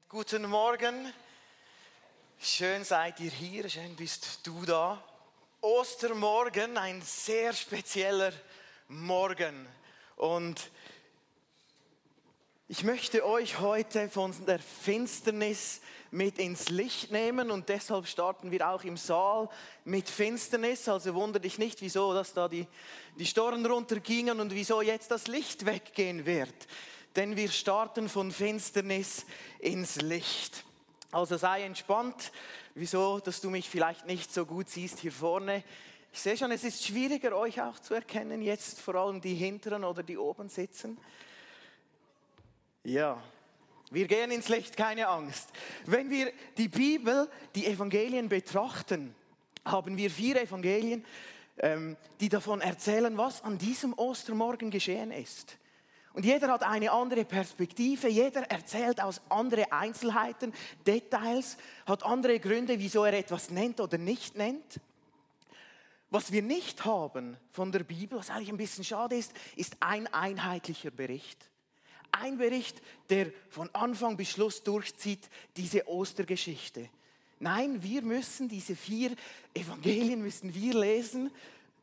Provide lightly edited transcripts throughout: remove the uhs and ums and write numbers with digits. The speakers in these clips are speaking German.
Guten Morgen, schön seid ihr hier, schön bist du da. Ostermorgen, ein sehr spezieller Morgen und ich möchte euch heute von der Finsternis mit ins Licht nehmen und deshalb starten wir auch im Saal mit Finsternis. Also wundere dich nicht, wieso dass da die Storen runtergingen und wieso jetzt das Licht weggehen wird. Denn wir starten von Finsternis ins Licht. Also sei entspannt. Wieso, dass du mich vielleicht nicht so gut siehst hier vorne. Ich sehe schon, es ist schwieriger, euch auch zu erkennen, jetzt vor allem die hinteren oder die oben sitzen. Ja, wir gehen ins Licht, keine Angst. Wenn wir die Bibel, die Evangelien betrachten, haben wir 4 Evangelien, die davon erzählen, was an diesem Ostermorgen geschehen ist. Und jeder hat eine andere Perspektive, jeder erzählt aus anderen Einzelheiten, Details, hat andere Gründe, wieso er etwas nennt oder nicht nennt. Was wir nicht haben von der Bibel, was eigentlich ein bisschen schade ist ein einheitlicher Bericht. Ein Bericht, der von Anfang bis Schluss durchzieht, diese Ostergeschichte. Nein, wir müssen diese 4 Evangelien lesen,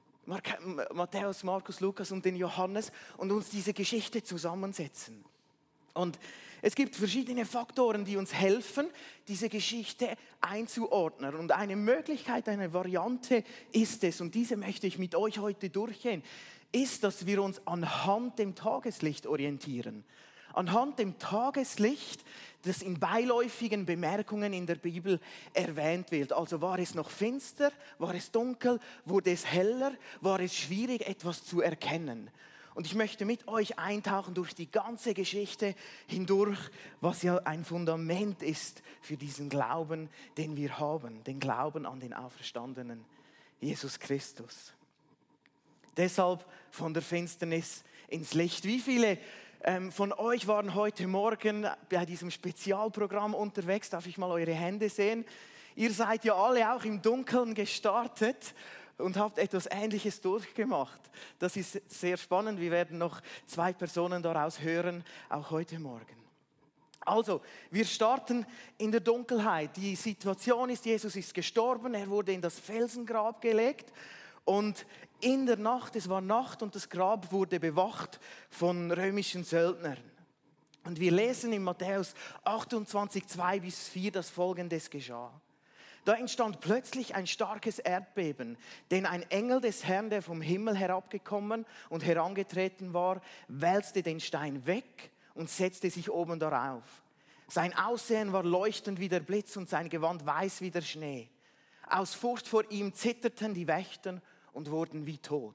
Matthäus, Markus, Lukas und den Johannes und uns diese Geschichte zusammensetzen. Und es gibt verschiedene Faktoren, die uns helfen, diese Geschichte einzuordnen. Und eine Möglichkeit, eine Variante ist es, und diese möchte ich mit euch heute durchgehen, ist, dass wir uns anhand dem Tageslicht orientieren. Anhand dem Tageslicht, das in beiläufigen Bemerkungen in der Bibel erwähnt wird. Also war es noch finster, war es dunkel, wurde es heller, war es schwierig, etwas zu erkennen. Und ich möchte mit euch eintauchen durch die ganze Geschichte hindurch, was ja ein Fundament ist für diesen Glauben, den wir haben. Den Glauben an den auferstandenen Jesus Christus. Deshalb von der Finsternis ins Licht. Wie viele von euch waren heute Morgen bei diesem Spezialprogramm unterwegs? Darf ich mal eure Hände sehen? Ihr seid ja alle auch im Dunkeln gestartet und habt etwas Ähnliches durchgemacht. Das ist sehr spannend. Wir werden noch 2 Personen daraus hören, auch heute Morgen. Also, wir starten in der Dunkelheit. Die Situation ist, Jesus ist gestorben, er wurde in das Felsengrab gelegt. Und in der Nacht, es war Nacht und das Grab wurde bewacht von römischen Söldnern. Und wir lesen in Matthäus 28, 2-4, dass Folgendes geschah. Da entstand plötzlich ein starkes Erdbeben, denn ein Engel des Herrn, der vom Himmel herabgekommen und herangetreten war, wälzte den Stein weg und setzte sich oben darauf. Sein Aussehen war leuchtend wie der Blitz und sein Gewand weiß wie der Schnee. Aus Furcht vor ihm zitterten die Wächter und wurden wie tot.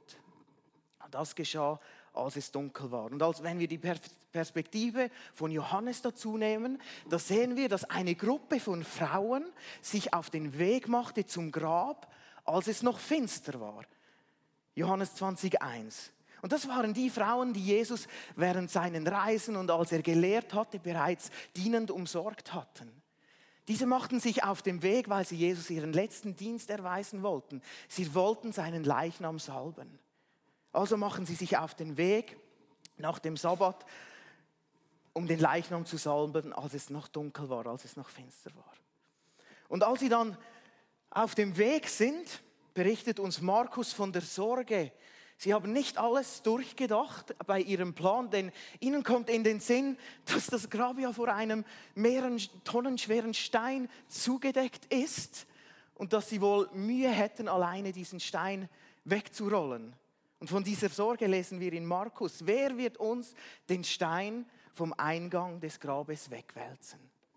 Das geschah, als es dunkel war. Und als wenn wir die Perspektive von Johannes dazu nehmen, da sehen wir, dass eine Gruppe von Frauen sich auf den Weg machte zum Grab, als es noch finster war. Johannes 20,1. Und das waren die Frauen, die Jesus während seinen Reisen und als er gelehrt hatte, bereits dienend umsorgt hatten. Diese machten sich auf den Weg, weil sie Jesus ihren letzten Dienst erweisen wollten. Sie wollten seinen Leichnam salben. Also machen sie sich auf den Weg nach dem Sabbat, um den Leichnam zu salben, als es noch dunkel war, als es noch finster war. Und als sie dann auf dem Weg sind, berichtet uns Markus von der Sorge. Sie haben nicht alles durchgedacht bei ihrem Plan, denn ihnen kommt in den Sinn, dass das Grab ja vor einem mehreren Tonnen schweren Stein zugedeckt ist und dass sie wohl Mühe hätten, alleine diesen Stein wegzurollen. Und von dieser Sorge lesen wir in Markus: Wer wird uns den Stein vom Eingang des Grabes wegwälzen?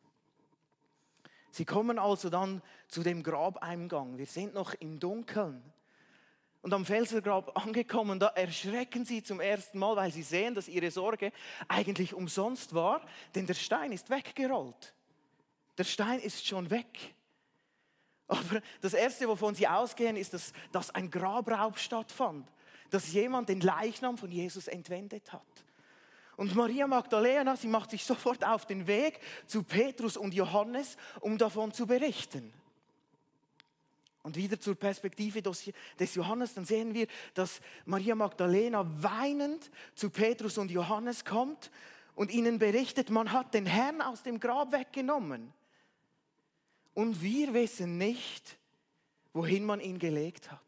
Sie kommen also dann zu dem Grabeingang. Wir sind noch im Dunkeln. Und am Felsengrab angekommen, da erschrecken sie zum ersten Mal, weil sie sehen, dass ihre Sorge eigentlich umsonst war, denn der Stein ist weggerollt. Der Stein ist schon weg. Aber das Erste, wovon sie ausgehen, ist, dass ein Grabraub stattfand, dass jemand den Leichnam von Jesus entwendet hat. Und Maria Magdalena, sie macht sich sofort auf den Weg zu Petrus und Johannes, um davon zu berichten. Und wieder zur Perspektive des Johannes, dann sehen wir, dass Maria Magdalena weinend zu Petrus und Johannes kommt und ihnen berichtet, man hat den Herrn aus dem Grab weggenommen. Und wir wissen nicht, wohin man ihn gelegt hat.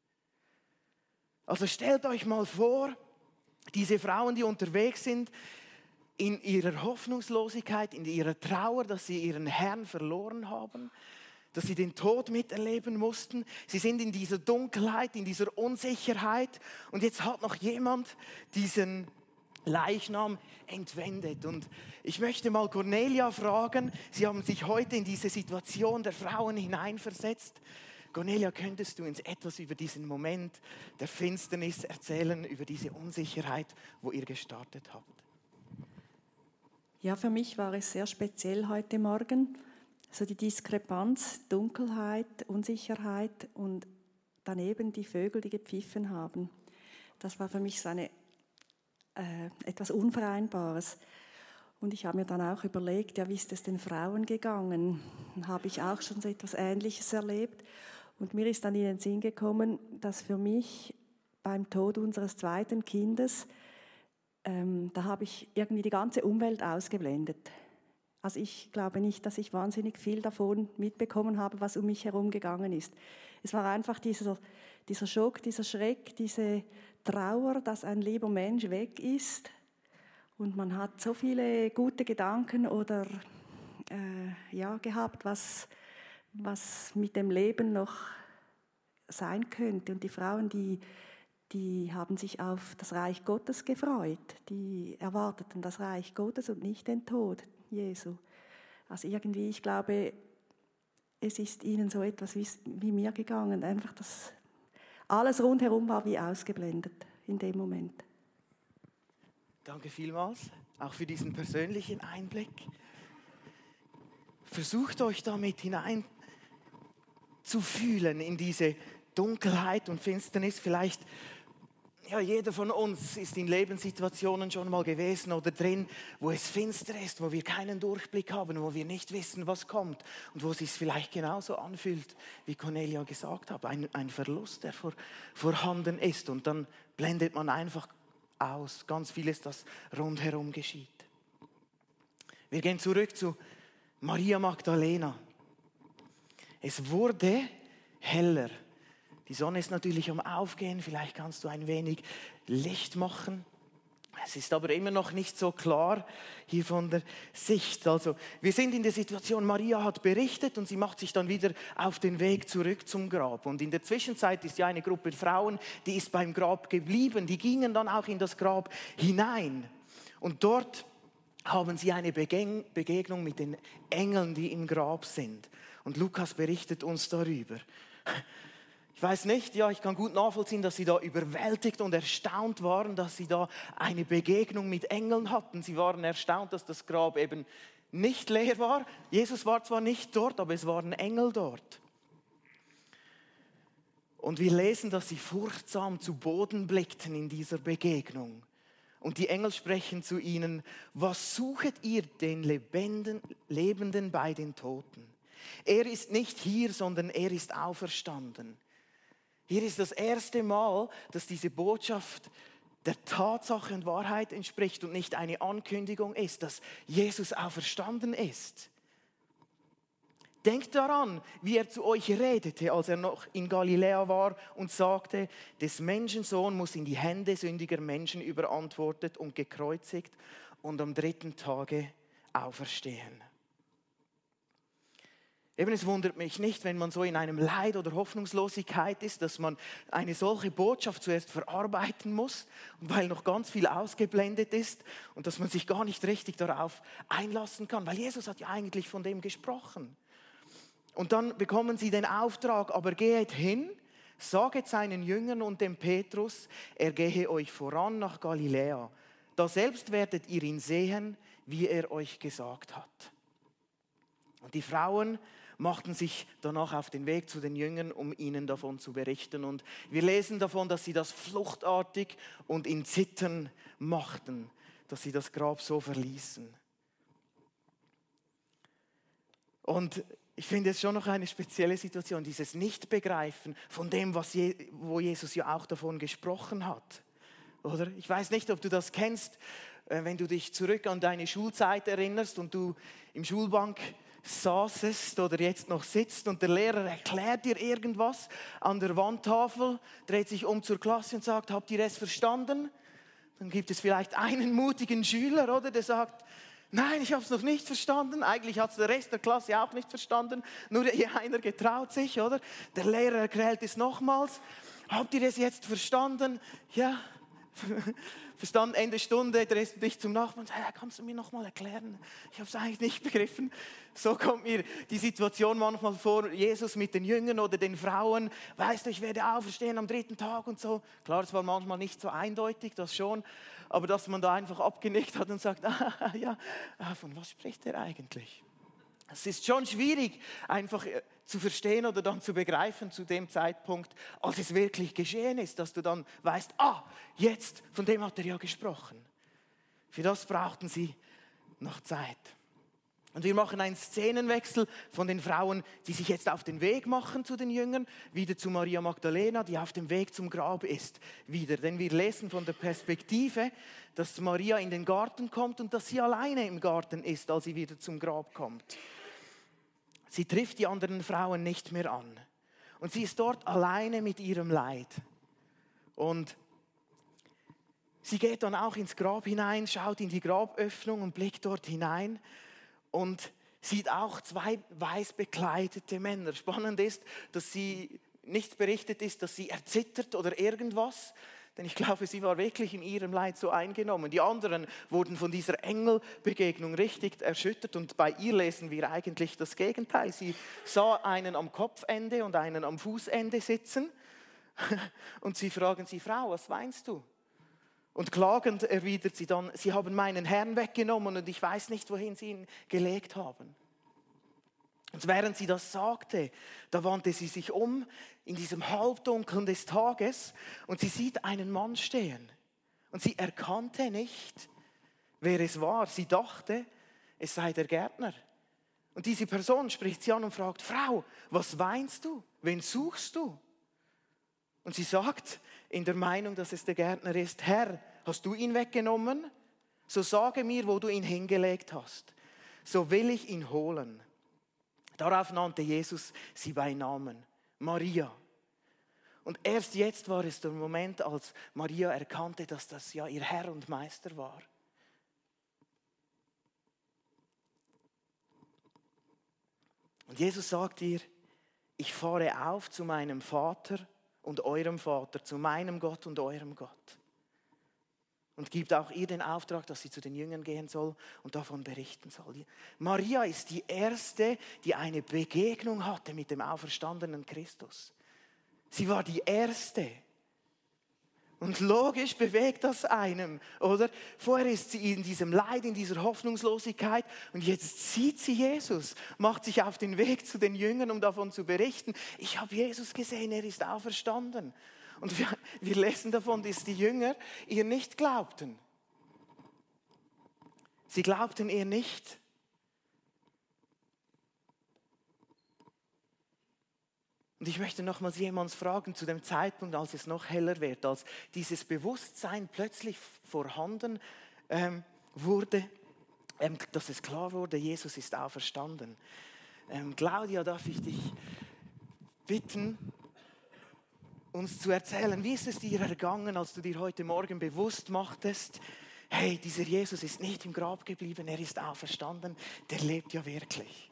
Also stellt euch mal vor, diese Frauen, die unterwegs sind, in ihrer Hoffnungslosigkeit, in ihrer Trauer, dass sie ihren Herrn verloren haben, dass sie den Tod miterleben mussten. Sie sind in dieser Dunkelheit, in dieser Unsicherheit und jetzt hat noch jemand diesen Leichnam entwendet. Und ich möchte mal Cornelia fragen, Sie haben sich heute in diese Situation der Frauen hineinversetzt. Cornelia, könntest du uns etwas über diesen Moment der Finsternis erzählen, über diese Unsicherheit, wo ihr gestartet habt? Ja, für mich war es sehr speziell heute Morgen. Also die Diskrepanz, Dunkelheit, Unsicherheit und daneben die Vögel, die gepfiffen haben. Das war für mich so etwas Unvereinbares. Und ich habe mir dann auch überlegt, ja, wie ist es den Frauen gegangen? Habe ich auch schon so etwas Ähnliches erlebt? Und mir ist dann in den Sinn gekommen, dass für mich beim Tod unseres zweiten Kindes, da habe ich irgendwie die ganze Umwelt ausgeblendet. Also ich glaube nicht, dass ich wahnsinnig viel davon mitbekommen habe, was um mich herum gegangen ist. Es war einfach dieser Schock, dieser Schreck, diese Trauer, dass ein lieber Mensch weg ist. Und man hat so viele gute Gedanken oder gehabt, was mit dem Leben noch sein könnte. Und die Frauen, die haben sich auf das Reich Gottes gefreut. Die erwarteten das Reich Gottes und nicht den Tod Jesu. Also irgendwie, ich glaube, es ist ihnen so etwas wie mir gegangen. Einfach das alles rundherum war wie ausgeblendet in dem Moment. Danke vielmals, auch für diesen persönlichen Einblick. Versucht euch damit hinein zu fühlen in diese Dunkelheit und Finsternis. Vielleicht, ja, jeder von uns ist in Lebenssituationen schon mal gewesen oder drin, wo es finster ist, wo wir keinen Durchblick haben, wo wir nicht wissen, was kommt und wo es sich vielleicht genauso anfühlt, wie Cornelia gesagt hat, ein Verlust, der vorhanden ist und dann blendet man einfach aus, ganz vieles, das rundherum geschieht. Wir gehen zurück zu Maria Magdalena. Es wurde heller. Die Sonne ist natürlich am Aufgehen, vielleicht kannst du ein wenig Licht machen. Es ist aber immer noch nicht so klar hier von der Sicht. Also wir sind in der Situation, Maria hat berichtet und sie macht sich dann wieder auf den Weg zurück zum Grab. Und in der Zwischenzeit ist ja eine Gruppe Frauen, die ist beim Grab geblieben. Die gingen dann auch in das Grab hinein. Und dort haben sie eine Begegnung mit den Engeln, die im Grab sind. Und Lukas berichtet uns darüber. Ich weiß nicht, ja, ich kann gut nachvollziehen, dass sie da überwältigt und erstaunt waren, dass sie da eine Begegnung mit Engeln hatten. Sie waren erstaunt, dass das Grab eben nicht leer war. Jesus war zwar nicht dort, aber es waren Engel dort. Und wir lesen, dass sie furchtsam zu Boden blickten in dieser Begegnung. Und die Engel sprechen zu ihnen: Was suchet ihr den Lebenden bei den Toten? Er ist nicht hier, sondern er ist auferstanden. Hier ist das erste Mal, dass diese Botschaft der Tatsache und Wahrheit entspricht und nicht eine Ankündigung ist, dass Jesus auferstanden ist. Denkt daran, wie er zu euch redete, als er noch in Galiläa war und sagte, des Menschensohn muss in die Hände sündiger Menschen überantwortet und gekreuzigt und am 3. Tage auferstehen. Eben, es wundert mich nicht, wenn man so in einem Leid oder Hoffnungslosigkeit ist, dass man eine solche Botschaft zuerst verarbeiten muss, und weil noch ganz viel ausgeblendet ist und dass man sich gar nicht richtig darauf einlassen kann, weil Jesus hat ja eigentlich von dem gesprochen. Und dann bekommen sie den Auftrag, aber geht hin, saget seinen Jüngern und dem Petrus, er gehe euch voran nach Galiläa. Da selbst werdet ihr ihn sehen, wie er euch gesagt hat. Und die Frauen machten sich danach auf den Weg zu den Jüngern, um ihnen davon zu berichten. Und wir lesen davon, dass sie das fluchtartig und in Zittern machten, dass sie das Grab so verließen. Und ich finde es schon noch eine spezielle Situation, dieses Nichtbegreifen von dem, wo Jesus ja auch davon gesprochen hat. Oder? Ich weiß nicht, ob du das kennst, wenn du dich zurück an deine Schulzeit erinnerst und du im Schulbank saßest oder jetzt noch sitzt und der Lehrer erklärt dir irgendwas an der Wandtafel, dreht sich um zur Klasse und sagt, habt ihr es verstanden? Dann gibt es vielleicht einen mutigen Schüler, oder, der sagt, nein, ich habe es noch nicht verstanden. Eigentlich hat es der Rest der Klasse auch nicht verstanden. Nur einer getraut sich, oder? Der Lehrer erklärt es nochmals. Habt ihr es jetzt verstanden? Ja, verstanden. Ende Stunde drehst du dich zum Nachbarn und sagst, kannst du mir nochmal erklären? Ich habe es eigentlich nicht begriffen. So kommt mir die Situation manchmal vor, Jesus mit den Jüngern oder den Frauen. Weißt du, ich werde auferstehen am 3. Tag und so. Klar, es war manchmal nicht so eindeutig, das schon. Aber dass man da einfach abgenickt hat und sagt, von was spricht er eigentlich? Es ist schon schwierig, einfach zu verstehen oder dann zu begreifen zu dem Zeitpunkt, als es wirklich geschehen ist, dass du dann weißt, jetzt, von dem hat er ja gesprochen. Für das brauchten sie noch Zeit. Und wir machen einen Szenenwechsel von den Frauen, die sich jetzt auf den Weg machen zu den Jüngern, wieder zu Maria Magdalena, die auf dem Weg zum Grab ist, wieder. Denn wir lesen von der Perspektive, dass Maria in den Garten kommt und dass sie alleine im Garten ist, als sie wieder zum Grab kommt. Sie trifft die anderen Frauen nicht mehr an. Und sie ist dort alleine mit ihrem Leid. Und sie geht dann auch ins Grab hinein, schaut in die Graböffnung und blickt dort hinein. Und sieht auch 2 weiß bekleidete Männer. Spannend ist, dass sie nicht berichtet ist, dass sie erzittert oder irgendwas. Denn ich glaube, sie war wirklich in ihrem Leid so eingenommen. Die anderen wurden von dieser Engelbegegnung richtig erschüttert. Und bei ihr lesen wir eigentlich das Gegenteil. Sie sah einen am Kopfende und einen am Fußende sitzen. Und sie fragen sie, Frau, was weinst du? Und klagend erwidert sie dann, sie haben meinen Herrn weggenommen und ich weiß nicht, wohin sie ihn gelegt haben. Und während sie das sagte, da wandte sie sich um in diesem Halbdunkeln des Tages und sie sieht einen Mann stehen. Und sie erkannte nicht, wer es war. Sie dachte, es sei der Gärtner. Und diese Person spricht sie an und fragt, Frau, was weinst du? Wen suchst du? Und sie sagt, in der Meinung, dass es der Gärtner ist, Herr, hast du ihn weggenommen? So sage mir, wo du ihn hingelegt hast. So will ich ihn holen. Darauf nannte Jesus sie bei Namen, Maria. Und erst jetzt war es der Moment, als Maria erkannte, dass das ja ihr Herr und Meister war. Und Jesus sagt ihr, ich fahre auf zu meinem Vater und eurem Vater, zu meinem Gott und eurem Gott. Und gibt auch ihr den Auftrag, dass sie zu den Jüngern gehen soll und davon berichten soll. Maria ist die Erste, die eine Begegnung hatte mit dem auferstandenen Christus. Sie war die Erste. Und logisch bewegt das einem, oder? Vorher ist sie in diesem Leid, in dieser Hoffnungslosigkeit und jetzt sieht sie Jesus, macht sich auf den Weg zu den Jüngern, um davon zu berichten. Ich habe Jesus gesehen, er ist auferstanden. Und wir lesen davon, dass die Jünger ihr nicht glaubten. Sie glaubten ihr nicht. Und ich möchte nochmals jemanden fragen, zu dem Zeitpunkt, als es noch heller wird, als dieses Bewusstsein plötzlich vorhanden wurde, dass es klar wurde, Jesus ist auferstanden. Claudia, darf ich dich bitten, uns zu erzählen, wie ist es dir ergangen, als du dir heute Morgen bewusst machtest, hey, dieser Jesus ist nicht im Grab geblieben, er ist auferstanden, der lebt ja wirklich.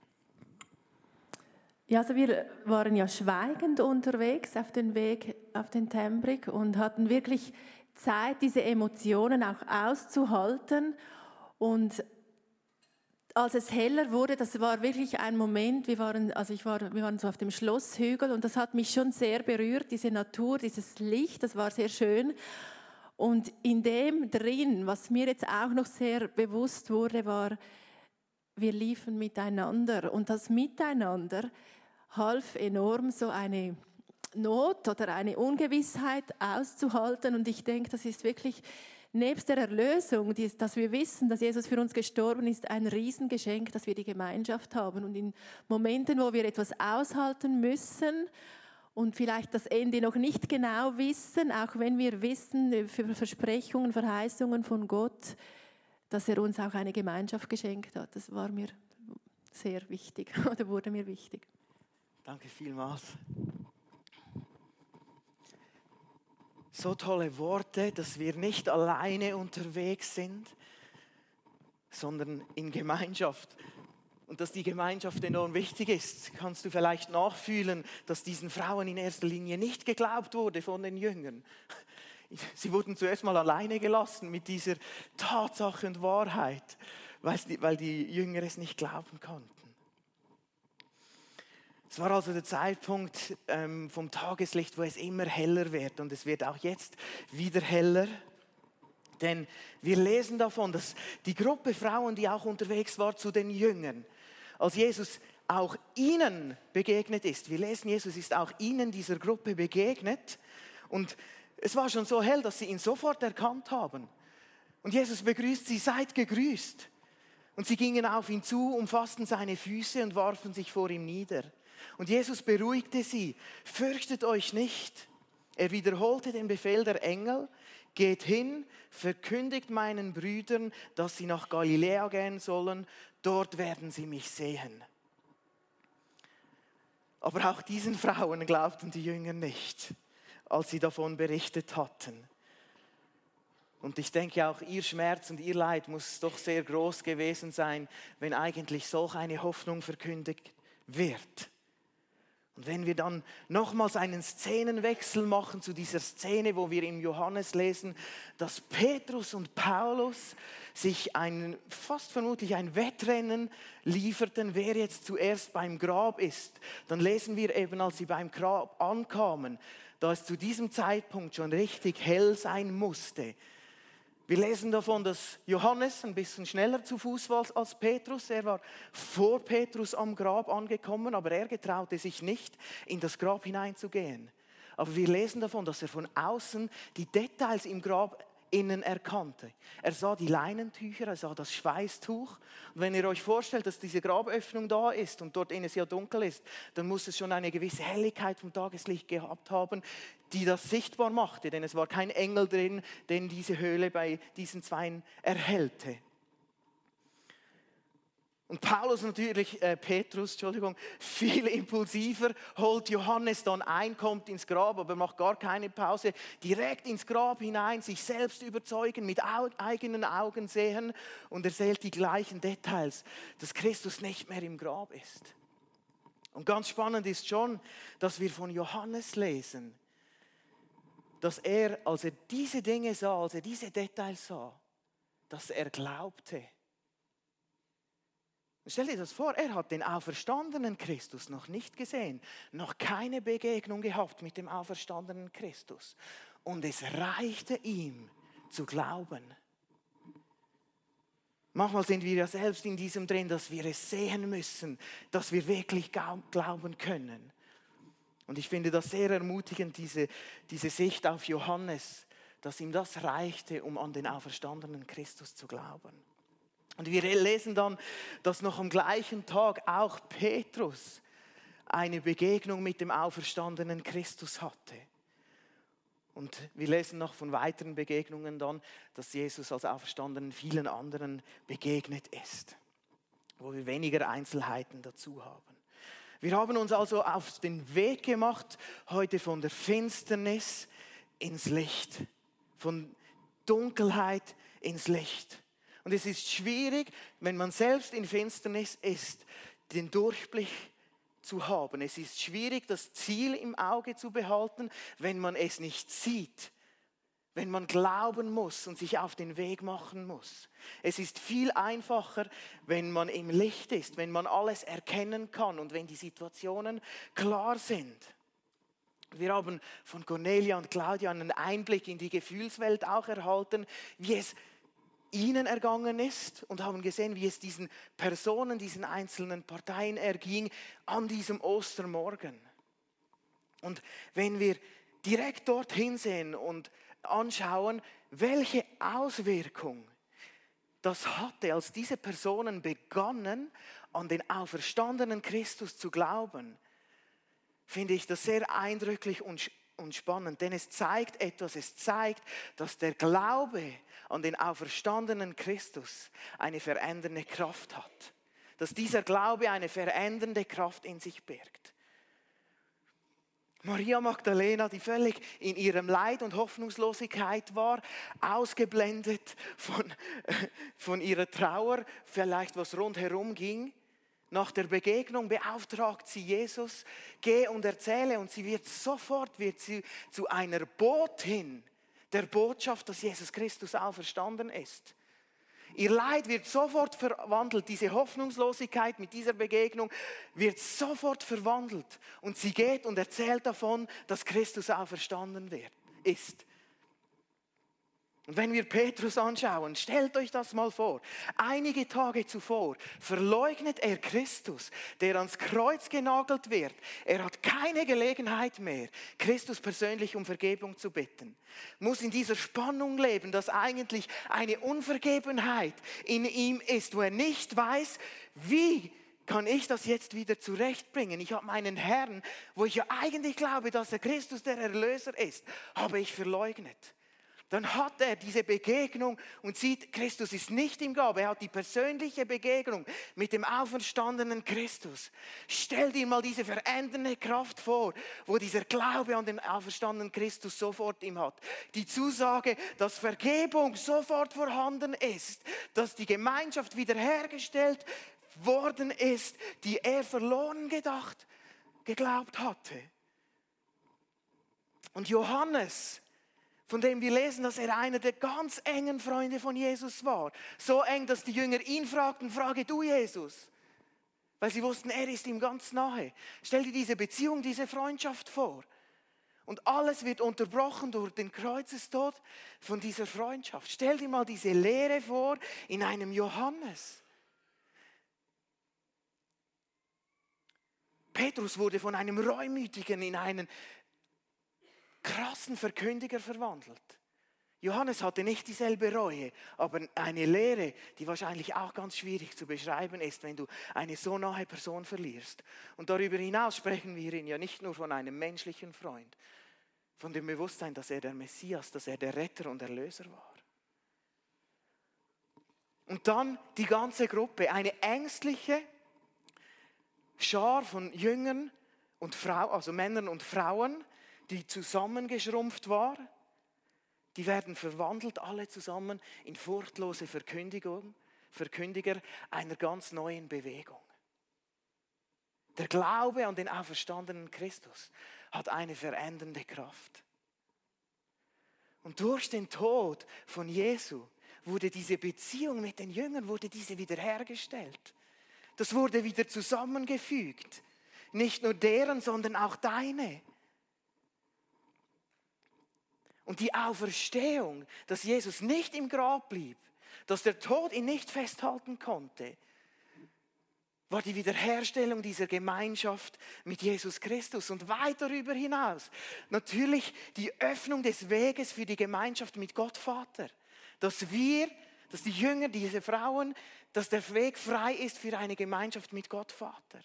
Ja, also wir waren ja schweigend unterwegs auf den Weg auf den Tembrig und hatten wirklich Zeit, diese Emotionen auch auszuhalten. Und als es heller wurde, das war wirklich ein Moment, wir waren so auf dem Schlosshügel und das hat mich schon sehr berührt, diese Natur, dieses Licht, das war sehr schön. Und in dem drin, was mir jetzt auch noch sehr bewusst wurde, war, wir liefen miteinander und das Miteinander half enorm, so eine Not oder eine Ungewissheit auszuhalten. Und ich denke, das ist wirklich nebst der Erlösung, dass wir wissen, dass Jesus für uns gestorben ist, ein Riesengeschenk, dass wir die Gemeinschaft haben. Und in Momenten, wo wir etwas aushalten müssen und vielleicht das Ende noch nicht genau wissen, auch wenn wir wissen für Versprechungen, Verheißungen von Gott, dass er uns auch eine Gemeinschaft geschenkt hat. Das war mir sehr wichtig oder wurde mir wichtig. Danke vielmals. So tolle Worte, dass wir nicht alleine unterwegs sind, sondern in Gemeinschaft. Und dass die Gemeinschaft enorm wichtig ist, kannst du vielleicht nachfühlen, dass diesen Frauen in erster Linie nicht geglaubt wurde von den Jüngern. Sie wurden zuerst mal alleine gelassen mit dieser Tatsache und Wahrheit, weil die Jünger es nicht glauben konnten. Es war also der Zeitpunkt vom Tageslicht, wo es immer heller wird, und es wird auch jetzt wieder heller. Denn wir lesen davon, dass die Gruppe Frauen, die auch unterwegs war zu den Jüngern, als Jesus auch ihnen begegnet ist, wir lesen, Jesus ist auch ihnen, dieser Gruppe, begegnet, und es war schon so hell, dass sie ihn sofort erkannt haben. Und Jesus begrüßt sie: seid gegrüßt. Und sie gingen auf ihn zu, umfassten seine Füße und warfen sich vor ihm nieder. Und Jesus beruhigte sie: fürchtet euch nicht. Er wiederholte den Befehl der Engel: geht hin, verkündigt meinen Brüdern, dass sie nach Galiläa gehen sollen, dort werden sie mich sehen. Aber auch diesen Frauen glaubten die Jünger nicht, als sie davon berichtet hatten. Und ich denke, auch ihr Schmerz und ihr Leid muss doch sehr groß gewesen sein, wenn eigentlich solch eine Hoffnung verkündigt wird. Und wenn wir dann nochmals einen Szenenwechsel machen zu dieser Szene, wo wir im Johannes lesen, dass Petrus und Paulus sich fast vermutlich ein Wettrennen lieferten, wer jetzt zuerst beim Grab ist, dann lesen wir eben, als sie beim Grab ankamen, da es zu diesem Zeitpunkt schon richtig hell sein musste. Wir lesen davon, dass Johannes ein bisschen schneller zu Fuß war als Petrus. Er war vor Petrus am Grab angekommen, aber er getraute sich nicht, in das Grab hineinzugehen. Aber wir lesen davon, dass er von außen die Details im Grab innen erkannte. Er sah die Leinentücher, er sah das Schweißtuch. Und wenn ihr euch vorstellt, dass diese Graböffnung da ist und dort innen es ja dunkel ist, dann muss es schon eine gewisse Helligkeit vom Tageslicht gehabt haben, die das sichtbar machte. Denn es war kein Engel drin, den diese Höhle bei diesen Zweien erhellte. Und Petrus, viel impulsiver, holt Johannes dann ein, kommt ins Grab, aber macht gar keine Pause, direkt ins Grab hinein, sich selbst überzeugen, mit eigenen Augen sehen und erzählt die gleichen Details, dass Christus nicht mehr im Grab ist. Und ganz spannend ist schon, dass wir von Johannes lesen, dass er, als er diese Dinge sah, als er diese Details sah, dass er glaubte. Stell dir das vor, er hat den auferstandenen Christus noch nicht gesehen, noch keine Begegnung gehabt mit dem auferstandenen Christus. Und es reichte ihm zu glauben. Manchmal sind wir ja selbst in diesem drin, dass wir es sehen müssen, dass wir wirklich glauben können. Und ich finde das sehr ermutigend, diese Sicht auf Johannes, dass ihm das reichte, um an den auferstandenen Christus zu glauben. Und wir lesen dann, dass noch am gleichen Tag auch Petrus eine Begegnung mit dem auferstandenen Christus hatte. Und wir lesen noch von weiteren Begegnungen dann, dass Jesus als Auferstandenen vielen anderen begegnet ist, wo wir weniger Einzelheiten dazu haben. Wir haben uns also auf den Weg gemacht, heute von der Finsternis ins Licht, von Dunkelheit ins Licht. Und es ist schwierig, wenn man selbst in Finsternis ist, den Durchblick zu haben. Es ist schwierig, das Ziel im Auge zu behalten, wenn man es nicht sieht. Wenn man glauben muss und sich auf den Weg machen muss. Es ist viel einfacher, wenn man im Licht ist, wenn man alles erkennen kann und wenn die Situationen klar sind. Wir haben von Cornelia und Claudia einen Einblick in die Gefühlswelt auch erhalten, wie es ihnen ergangen ist, und haben gesehen, wie es diesen Personen, diesen einzelnen Parteien erging an diesem Ostermorgen. Und wenn wir direkt dorthin sehen und anschauen, welche Auswirkung das hatte, als diese Personen begannen, an den auferstandenen Christus zu glauben, finde ich das sehr eindrücklich und spannend, denn es zeigt etwas. Es zeigt, dass der Glaube an den auferstandenen Christus eine verändernde Kraft hat. Dass dieser Glaube eine verändernde Kraft in sich birgt. Maria Magdalena, die völlig in ihrem Leid und Hoffnungslosigkeit war, ausgeblendet von ihrer Trauer, vielleicht was rundherum ging. Nach der Begegnung beauftragt sie Jesus, geh und erzähle, und sie wird zu einer Botin der Botschaft, dass Jesus Christus auferstanden ist. Ihr Leid wird sofort verwandelt, diese Hoffnungslosigkeit mit dieser Begegnung wird sofort verwandelt. Und sie geht und erzählt davon, dass Christus auferstanden ist. Und wenn wir Petrus anschauen, stellt euch das mal vor. Einige Tage zuvor verleugnet er Christus, der ans Kreuz genagelt wird. Er hat keine Gelegenheit mehr, Christus persönlich um Vergebung zu bitten. Muss in dieser Spannung leben, dass eigentlich eine Unvergebenheit in ihm ist, wo er nicht weiß, wie kann ich das jetzt wieder zurechtbringen. Ich habe meinen Herrn, wo ich ja eigentlich glaube, dass er Christus der Erlöser ist, habe ich verleugnet. Dann hat er diese Begegnung und sieht, Christus ist nicht im Grab. Er hat die persönliche Begegnung mit dem auferstandenen Christus. Stell dir mal diese verändernde Kraft vor, wo dieser Glaube an den auferstandenen Christus sofort ihm hat. Die Zusage, dass Vergebung sofort vorhanden ist, dass die Gemeinschaft wiederhergestellt worden ist, die er verloren geglaubt hatte. Und Johannes, von dem wir lesen, dass er einer der ganz engen Freunde von Jesus war. So eng, dass die Jünger ihn fragten, frage du Jesus. Weil sie wussten, er ist ihm ganz nahe. Stell dir diese Beziehung, diese Freundschaft vor. Und alles wird unterbrochen durch den Kreuzestod von dieser Freundschaft. Stell dir mal diese Lehre vor in einem Johannes. Petrus wurde von einem Reumütigen in einen krassen Verkündiger verwandelt. Johannes hatte nicht dieselbe Reue, aber eine Lehre, die wahrscheinlich auch ganz schwierig zu beschreiben ist, wenn du eine so nahe Person verlierst. Und darüber hinaus sprechen wir ihn ja nicht nur von einem menschlichen Freund, von dem Bewusstsein, dass er der Messias, dass er der Retter und Erlöser war. Und dann die ganze Gruppe, eine ängstliche Schar von Jüngern und Frauen, also Männern und Frauen, die zusammengeschrumpft war, die werden verwandelt alle zusammen in furchtlose Verkündiger einer ganz neuen Bewegung. Der Glaube an den auferstandenen Christus hat eine verändernde Kraft. Und durch den Tod von Jesu wurde diese Beziehung mit den Jüngern wiederhergestellt. Das wurde wieder zusammengefügt. Nicht nur deren, sondern auch deine. Und die Auferstehung, dass Jesus nicht im Grab blieb, dass der Tod ihn nicht festhalten konnte, war die Wiederherstellung dieser Gemeinschaft mit Jesus Christus und weit darüber hinaus. Natürlich die Öffnung des Weges für die Gemeinschaft mit Gott Vater. Dass die Jünger, diese Frauen, dass der Weg frei ist für eine Gemeinschaft mit Gott Vater.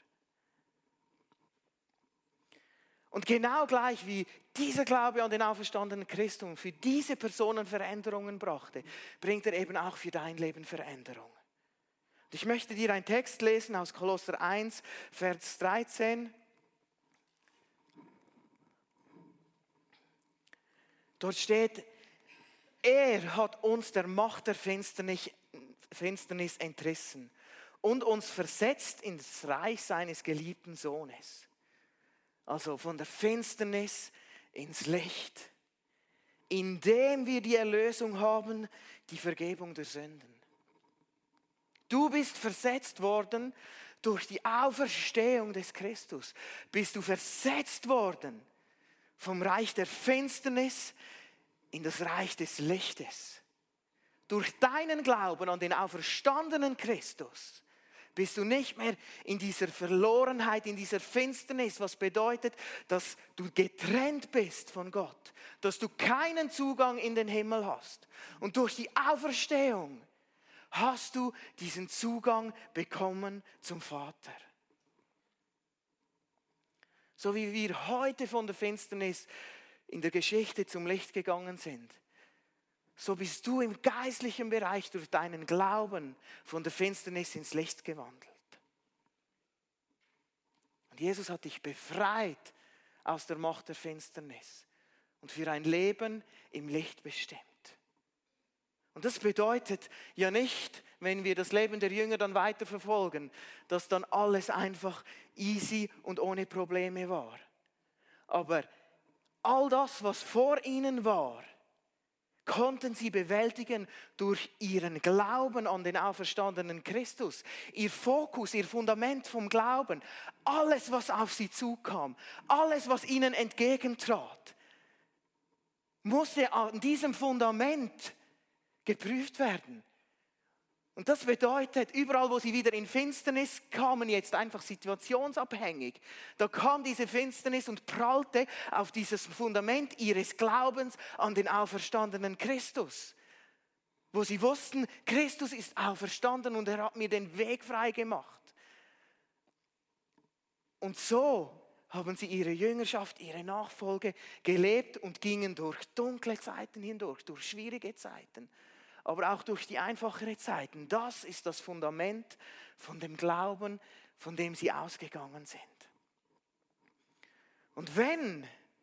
Und genau gleich wie dieser Glaube an den auferstandenen Christus für diese Personen Veränderungen brachte, bringt er eben auch für dein Leben Veränderung. Und ich möchte dir einen Text lesen aus Kolosser 1, Vers 13. Dort steht, er hat uns der Macht der Finsternis entrissen und uns versetzt ins Reich seines geliebten Sohnes. Also von der Finsternis ins Licht, indem wir die Erlösung haben, die Vergebung der Sünden. Du bist versetzt worden durch die Auferstehung des Christus. Bist du versetzt worden vom Reich der Finsternis in das Reich des Lichtes. Durch deinen Glauben an den auferstandenen Christus bist du nicht mehr in dieser Verlorenheit, in dieser Finsternis, was bedeutet, dass du getrennt bist von Gott, dass du keinen Zugang in den Himmel hast. Und durch die Auferstehung hast du diesen Zugang bekommen zum Vater. So wie wir heute von der Finsternis in der Geschichte zum Licht gegangen sind, so bist du im geistlichen Bereich durch deinen Glauben von der Finsternis ins Licht gewandelt. Und Jesus hat dich befreit aus der Macht der Finsternis und für ein Leben im Licht bestimmt. Und das bedeutet ja nicht, wenn wir das Leben der Jünger dann weiterverfolgen, dass dann alles einfach easy und ohne Probleme war. Aber all das, was vor ihnen war, konnten sie bewältigen durch ihren Glauben an den auferstandenen Christus. Ihr Fokus, ihr Fundament vom Glauben, alles, was auf sie zukam, alles, was ihnen entgegentrat, musste an diesem Fundament geprüft werden. Und das bedeutet, überall wo sie wieder in Finsternis kamen, jetzt einfach situationsabhängig, da kam diese Finsternis und prallte auf dieses Fundament ihres Glaubens an den auferstandenen Christus. Wo sie wussten, Christus ist auferstanden und er hat mir den Weg frei gemacht. Und so haben sie ihre Jüngerschaft, ihre Nachfolge gelebt und gingen durch dunkle Zeiten hindurch, durch schwierige Zeiten, aber auch durch die einfachere Zeiten. Das ist das Fundament von dem Glauben, von dem sie ausgegangen sind. Und wenn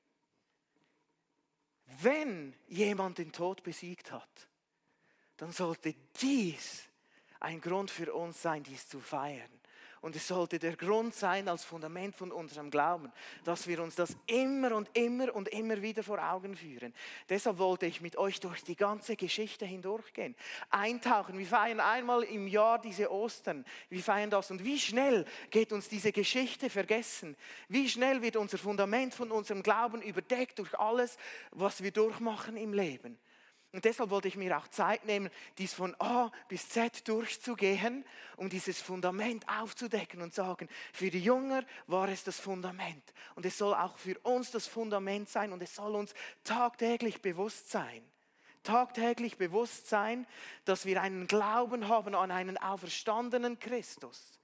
jemand den Tod besiegt hat, dann sollte dies ein Grund für uns sein, dies zu feiern. Und es sollte der Grund sein als Fundament von unserem Glauben, dass wir uns das immer und immer und immer wieder vor Augen führen. Deshalb wollte ich mit euch durch die ganze Geschichte hindurchgehen. Eintauchen. Wir feiern einmal im Jahr diese Ostern. Wir feiern das. Und wie schnell geht uns diese Geschichte vergessen? Wie schnell wird unser Fundament von unserem Glauben überdeckt durch alles, was wir durchmachen im Leben? Und deshalb wollte ich mir auch Zeit nehmen, dies von A bis Z durchzugehen, um dieses Fundament aufzudecken und sagen, für die Jünger war es das Fundament. Und es soll auch für uns das Fundament sein und es soll uns tagtäglich bewusst sein. Tagtäglich bewusst sein, dass wir einen Glauben haben an einen auferstandenen Christus.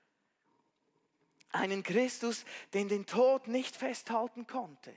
Einen Christus, den Tod nicht festhalten konnte.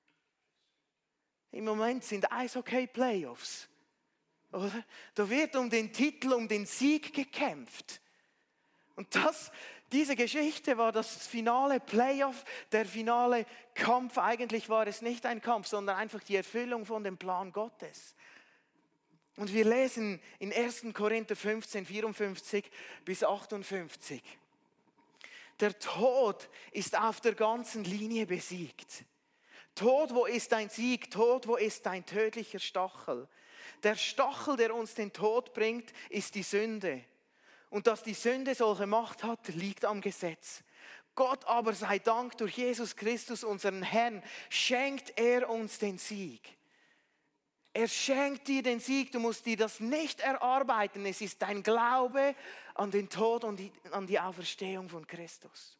Im Moment sind Eishockey-Playoffs. Oder? Da wird um den Titel, um den Sieg gekämpft. Und diese Geschichte war das finale Playoff, der finale Kampf. Eigentlich war es nicht ein Kampf, sondern einfach die Erfüllung von dem Plan Gottes. Und wir lesen in 1. Korinther 15, 54 bis 58. Der Tod ist auf der ganzen Linie besiegt. Tod, wo ist dein Sieg? Tod, wo ist dein tödlicher Stachel? Der Stachel, der uns den Tod bringt, ist die Sünde. Und dass die Sünde solche Macht hat, liegt am Gesetz. Gott aber sei Dank, durch Jesus Christus, unseren Herrn, schenkt er uns den Sieg. Er schenkt dir den Sieg, du musst dir das nicht erarbeiten. Es ist dein Glaube an den Tod und an die Auferstehung von Christus.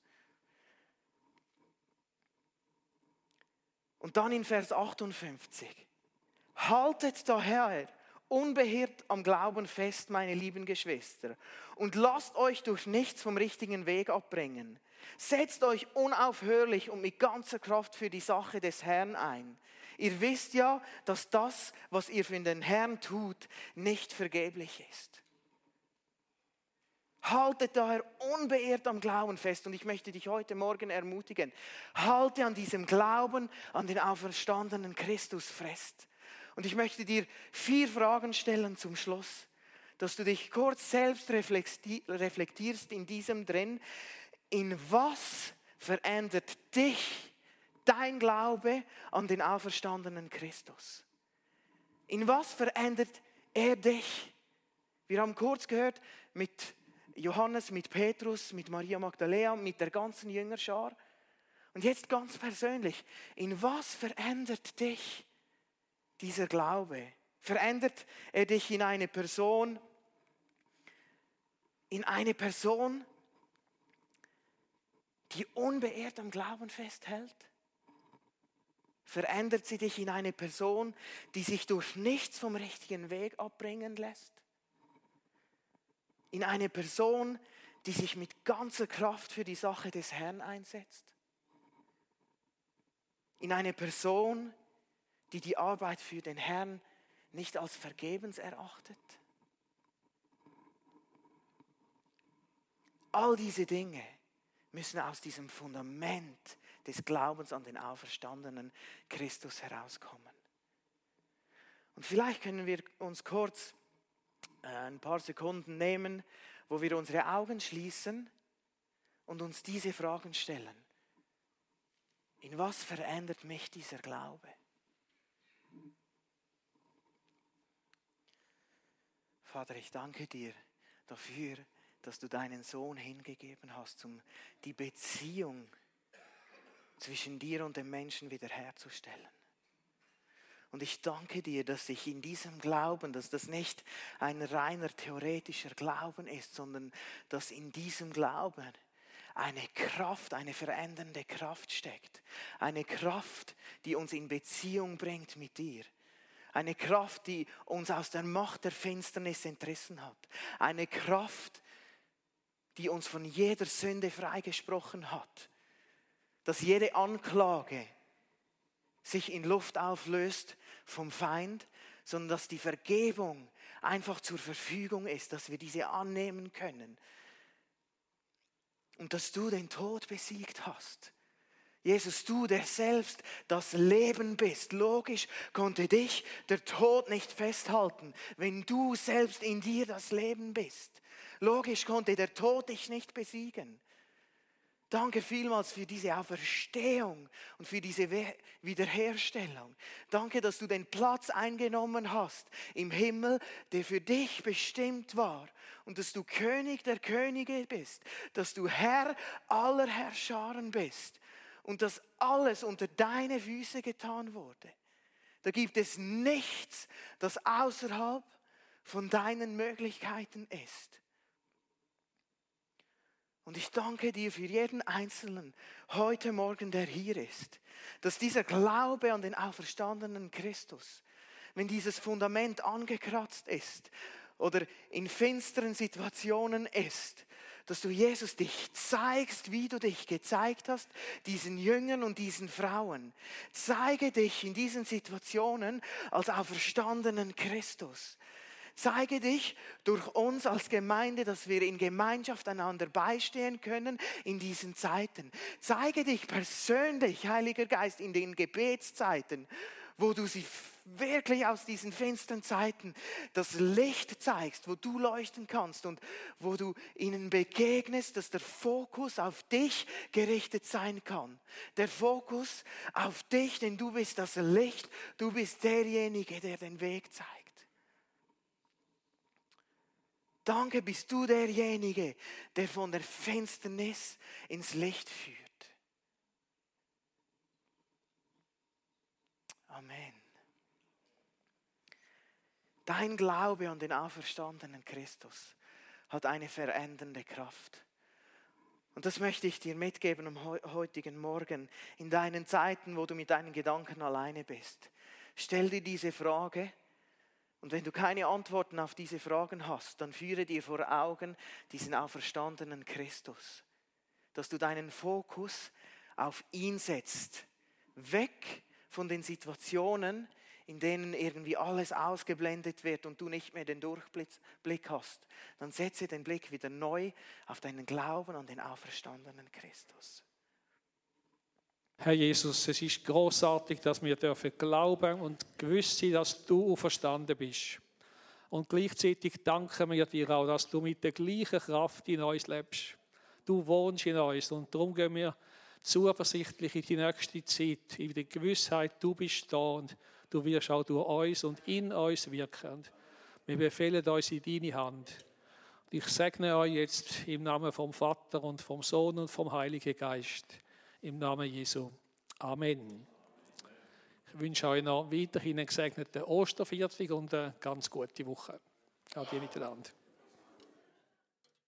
Und dann in Vers 58. Haltet daher unbeirrt am Glauben fest, meine lieben Geschwister, und lasst euch durch nichts vom richtigen Weg abbringen. Setzt euch unaufhörlich und mit ganzer Kraft für die Sache des Herrn ein. Ihr wisst ja, dass das, was ihr für den Herrn tut, nicht vergeblich ist. Haltet daher unbeirrt am Glauben fest. Und ich möchte dich heute Morgen ermutigen. Halte an diesem Glauben, an den auferstandenen Christus fest. Und ich möchte dir 4 Fragen stellen zum Schluss. Dass du dich kurz selbst reflektierst in diesem drin. In was verändert dich dein Glaube an den auferstandenen Christus? In was verändert er dich? Wir haben kurz gehört mit Johannes, mit Petrus, mit Maria Magdalena, mit der ganzen Jüngerschar. Und jetzt ganz persönlich, in was verändert dich dieser Glaube? Verändert er dich in eine Person, die unbeirrt am Glauben festhält? Verändert sie dich in eine Person, die sich durch nichts vom richtigen Weg abbringen lässt? In eine Person, die sich mit ganzer Kraft für die Sache des Herrn einsetzt? in eine Person, die die Arbeit für den Herrn nicht als vergebens erachtet? All diese Dinge müssen aus diesem Fundament des Glaubens an den auferstandenen Christus herauskommen. Und vielleicht können wir uns kurz ein paar Sekunden nehmen, wo wir unsere Augen schließen und uns diese Fragen stellen. In was verändert mich dieser Glaube? Vater, ich danke dir dafür, dass du deinen Sohn hingegeben hast, um die Beziehung zwischen dir und dem Menschen wiederherzustellen. Und ich danke dir, dass ich in diesem Glauben, dass das nicht ein reiner theoretischer Glauben ist, sondern dass in diesem Glauben eine Kraft, eine verändernde Kraft steckt. Eine Kraft, die uns in Beziehung bringt mit dir. Eine Kraft, die uns aus der Macht der Finsternis entrissen hat. Eine Kraft, die uns von jeder Sünde freigesprochen hat. Dass jede Anklage sich in Luft auflöst vom Feind, sondern dass die Vergebung einfach zur Verfügung ist, dass wir diese annehmen können. Und dass du den Tod besiegt hast. Jesus, du, der selbst das Leben bist. Logisch konnte dich der Tod nicht festhalten, wenn du selbst in dir das Leben bist. Logisch konnte der Tod dich nicht besiegen. Danke vielmals für diese Auferstehung und für diese Wiederherstellung. Danke, dass du den Platz eingenommen hast im Himmel, der für dich bestimmt war. Und dass du König der Könige bist, dass du Herr aller Herrscharen bist. Und dass alles unter deine Füße getan wurde. Da gibt es nichts, das außerhalb von deinen Möglichkeiten ist. Und ich danke dir für jeden Einzelnen heute Morgen, der hier ist, dass dieser Glaube an den auferstandenen Christus, wenn dieses Fundament angekratzt ist oder in finsteren Situationen ist, dass du, Jesus, dich zeigst, wie du dich gezeigt hast, diesen Jüngern und diesen Frauen. Zeige dich in diesen Situationen als auferstandenen Christus. Zeige dich durch uns als Gemeinde, dass wir in Gemeinschaft einander beistehen können in diesen Zeiten. Zeige dich persönlich, Heiliger Geist, in den Gebetszeiten, wo du sie wirklich aus diesen finsteren Zeiten das Licht zeigst, wo du leuchten kannst und wo du ihnen begegnest, dass der Fokus auf dich gerichtet sein kann. Der Fokus auf dich, denn du bist das Licht, du bist derjenige, der den Weg zeigt. Danke, bist du derjenige, der von der Finsternis ins Licht führt. Amen. Dein Glaube an den auferstandenen Christus hat eine verändernde Kraft. Und das möchte ich dir mitgeben am heutigen Morgen, in deinen Zeiten, wo du mit deinen Gedanken alleine bist. Stell dir diese Frage. Und wenn du keine Antworten auf diese Fragen hast, dann führe dir vor Augen diesen auferstandenen Christus. Dass du deinen Fokus auf ihn setzt. Weg von den Situationen, in denen irgendwie alles ausgeblendet wird und du nicht mehr den Durchblick hast. Dann setze den Blick wieder neu auf deinen Glauben an den auferstandenen Christus. Herr Jesus, es ist großartig, dass wir dürfen glauben und gewiss sein, dass du auferstanden bist. Und gleichzeitig danken wir dir auch, dass du mit der gleichen Kraft in uns lebst. Du wohnst in uns und darum gehen wir zuversichtlich in die nächste Zeit, in der Gewissheit, du bist da und du wirst auch durch uns und in uns wirken. Wir befehlen uns in deine Hand. Und ich segne euch jetzt im Namen vom Vater und vom Sohn und vom Heiligen Geist. Im Namen Jesu. Amen. Ich wünsche euch noch weiterhin einen gesegneten Osterviertag und eine ganz gute Woche. Ade miteinander.